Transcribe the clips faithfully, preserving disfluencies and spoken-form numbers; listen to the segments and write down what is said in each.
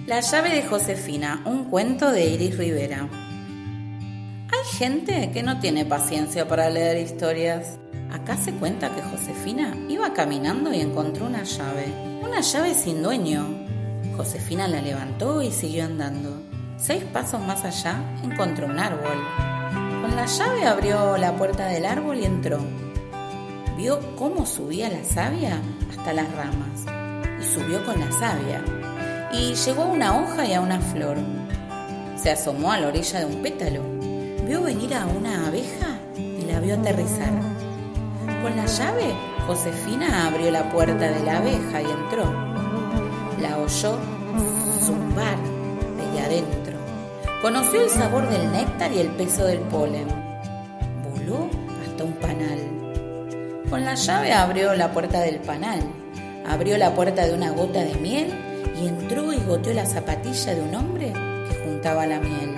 La llave de Josefina, un cuento de Iris Rivera. Hay gente que no tiene paciencia para leer historias. Acá se cuenta que Josefina iba caminando y encontró una llave. Una llave sin dueño. Josefina la levantó y siguió andando. Seis pasos más allá encontró un árbol. Con la llave abrió la puerta del árbol y entró. Vio cómo subía la savia hasta las ramas. Y subió con la savia. Y llegó a una hoja y a una flor. Se asomó a la orilla de un pétalo. Vio venir a una abeja y la vio aterrizar. Con la llave, Josefina abrió la puerta de la abeja y entró. La oyó zumbar desde adentro. Conoció el sabor del néctar y el peso del polen. Voló hasta un panal. Con la llave abrió la puerta del panal. Abrió la puerta de una gota de miel y entró y goteó la zapatilla de un hombre que juntaba la miel.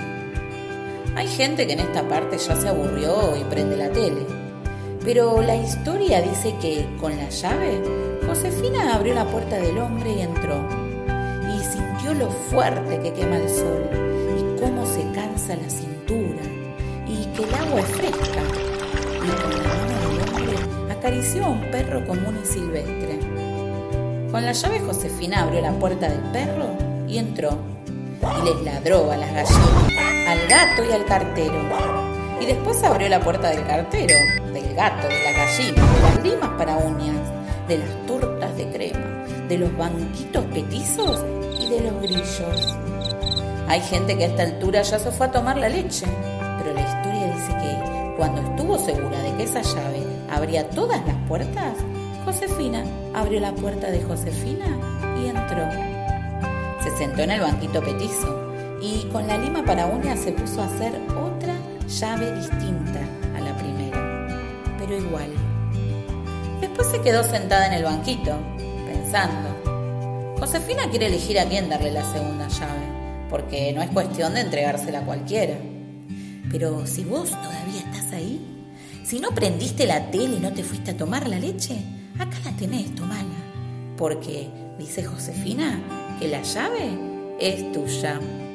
Hay gente que en esta parte ya se aburrió y prende la tele. Pero la historia dice que, con la llave, Josefina abrió la puerta del hombre y entró. Y sintió lo fuerte que quema el sol, y cómo se cansa la cintura, y que el agua es fresca. Y con la mano del hombre acarició a un perro común y silvestre. Con la llave Josefina abrió la puerta del perro y entró. Y les ladró a las gallinas, al gato y al cartero. Y después abrió la puerta del cartero, del gato, de las gallinas, de las limas para uñas, de las tortas de crema, de los banquitos petizos y de los grillos. Hay gente que a esta altura ya se fue a tomar la leche, pero la historia dice que cuando estuvo segura de que esa llave abría todas las puertas, Josefina abrió la puerta de Josefina y entró. Se sentó en el banquito petizo y con la lima para uñas se puso a hacer otra llave distinta a la primera, pero igual. Después se quedó sentada en el banquito, pensando. Josefina quiere elegir a quién darle la segunda llave, porque no es cuestión de entregársela a cualquiera. Pero si vos todavía estás ahí, si no prendiste la tele y no te fuiste a tomar la leche, acá la tenés, tomala, porque dice Josefina que la llave es tuya.